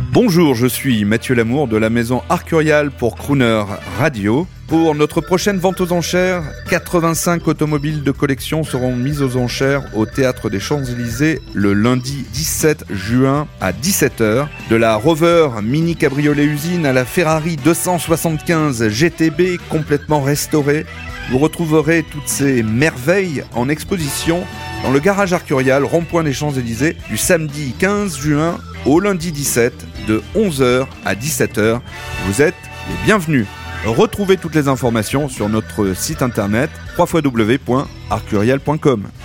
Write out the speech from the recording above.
Bonjour, je suis Mathieu Lamour de la maison Arcurial pour Crooner Radio. Pour notre prochaine vente aux enchères, 85 automobiles de collection seront mises aux enchères au Théâtre des Champs-Élysées le lundi 17 juin à 17h. De la Rover Mini Cabriolet Usine à la Ferrari 275 GTB complètement restaurée, vous retrouverez toutes ces merveilles en exposition dans le garage Arcurial, rond-point des Champs-Élysées, du samedi 15 juin au lundi 17, de 11h à 17h. Vous êtes les bienvenus. Retrouvez toutes les informations sur notre site internet www.arcurial.com.